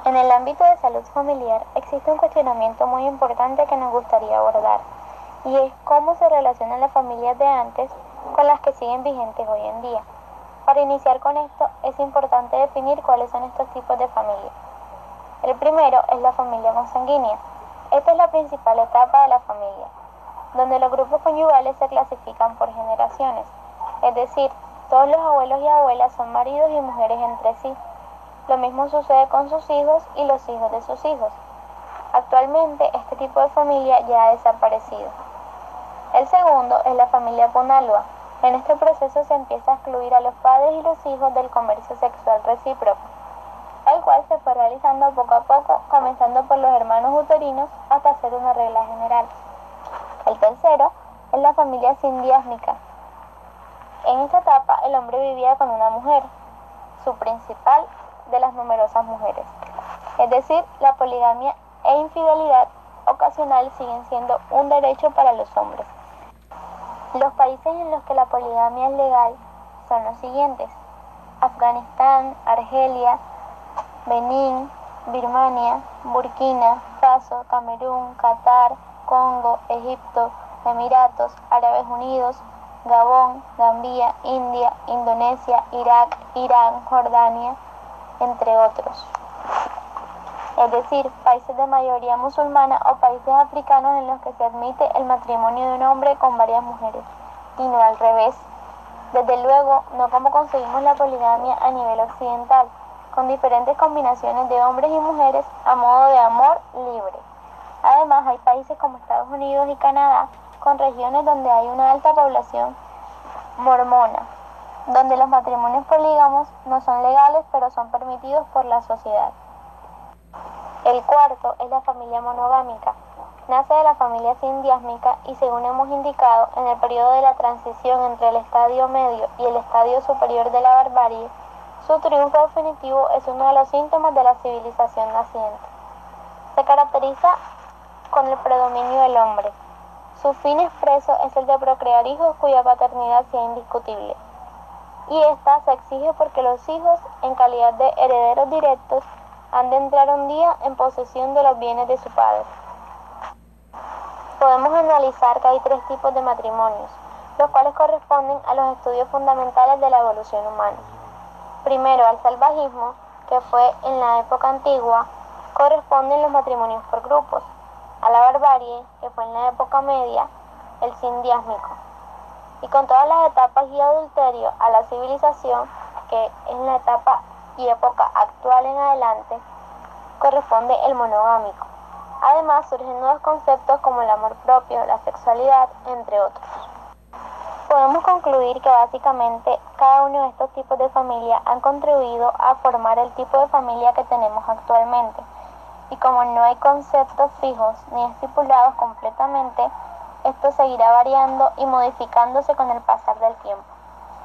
En el ámbito de salud familiar existe un cuestionamiento muy importante que nos gustaría abordar, y es cómo se relacionan las familias de antes con las que siguen vigentes hoy en día. Para iniciar con esto, es importante definir cuáles son estos tipos de familia. El primero es la familia consanguínea. Esta es la principal etapa de la familia, donde los grupos conyugales se clasifican por generaciones, es decir, todos los abuelos y abuelas son maridos y mujeres entre sí. Lo mismo sucede con sus hijos y los hijos de sus hijos. Actualmente, este tipo de familia ya ha desaparecido. El segundo es la familia Punalua. En este proceso se empieza a excluir a los padres y los hijos del comercio sexual recíproco, el cual se fue realizando poco a poco, comenzando por los hermanos uterinos hasta ser una regla general. El tercero es la familia sindiásmica. En esta etapa el hombre vivía con una mujer, su principal de las numerosas mujeres. Es decir, la poligamia e infidelidad ocasional siguen siendo un derecho para los hombres. Los países en los que la poligamia es legal son los siguientes: Afganistán, Argelia, Benín, Birmania, Burkina Faso, Camerún, Qatar, Congo, Egipto, Emiratos Árabes Unidos, Gabón, Gambia, India, Indonesia, Irak, Irán, Jordania, entre otros. Es decir, países de mayoría musulmana o países africanos en los que se admite el matrimonio de un hombre con varias mujeres, y no al revés. Desde luego, no como concebimos la poligamia a nivel occidental, con diferentes combinaciones de hombres y mujeres a modo de amor libre. Además, hay países como Estados Unidos y Canadá, con regiones donde hay una alta población mormona, donde los matrimonios polígamos no son legales pero son permitidos por la sociedad. El cuarto es la familia monogámica. Nace de la familia sindiásmica y, según hemos indicado, en el periodo de la transición entre el estadio medio y el estadio superior de la barbarie, su triunfo definitivo es uno de los síntomas de la civilización naciente. Se caracteriza con el predominio del hombre. Su fin expreso es el de procrear hijos cuya paternidad sea indiscutible. Y esta se exige porque los hijos, en calidad de herederos directos, han de entrar un día en posesión de los bienes de su padre. Podemos analizar que hay tres tipos de matrimonios, los cuales corresponden a los estudios fundamentales de la evolución humana. Primero, al salvajismo, que fue en la época antigua, corresponden los matrimonios por grupos. A la barbarie, que fue en la época media, el sindiásmico. Y con todas las etapas y adulterio a la civilización, que es la etapa y época actual en adelante, corresponde el monogámico. Además, surgen nuevos conceptos como el amor propio, la sexualidad, entre otros. Podemos concluir que básicamente cada uno de estos tipos de familia han contribuido a formar el tipo de familia que tenemos actualmente. Y como no hay conceptos fijos ni estipulados completamente, esto seguirá variando y modificándose con el pasar del tiempo.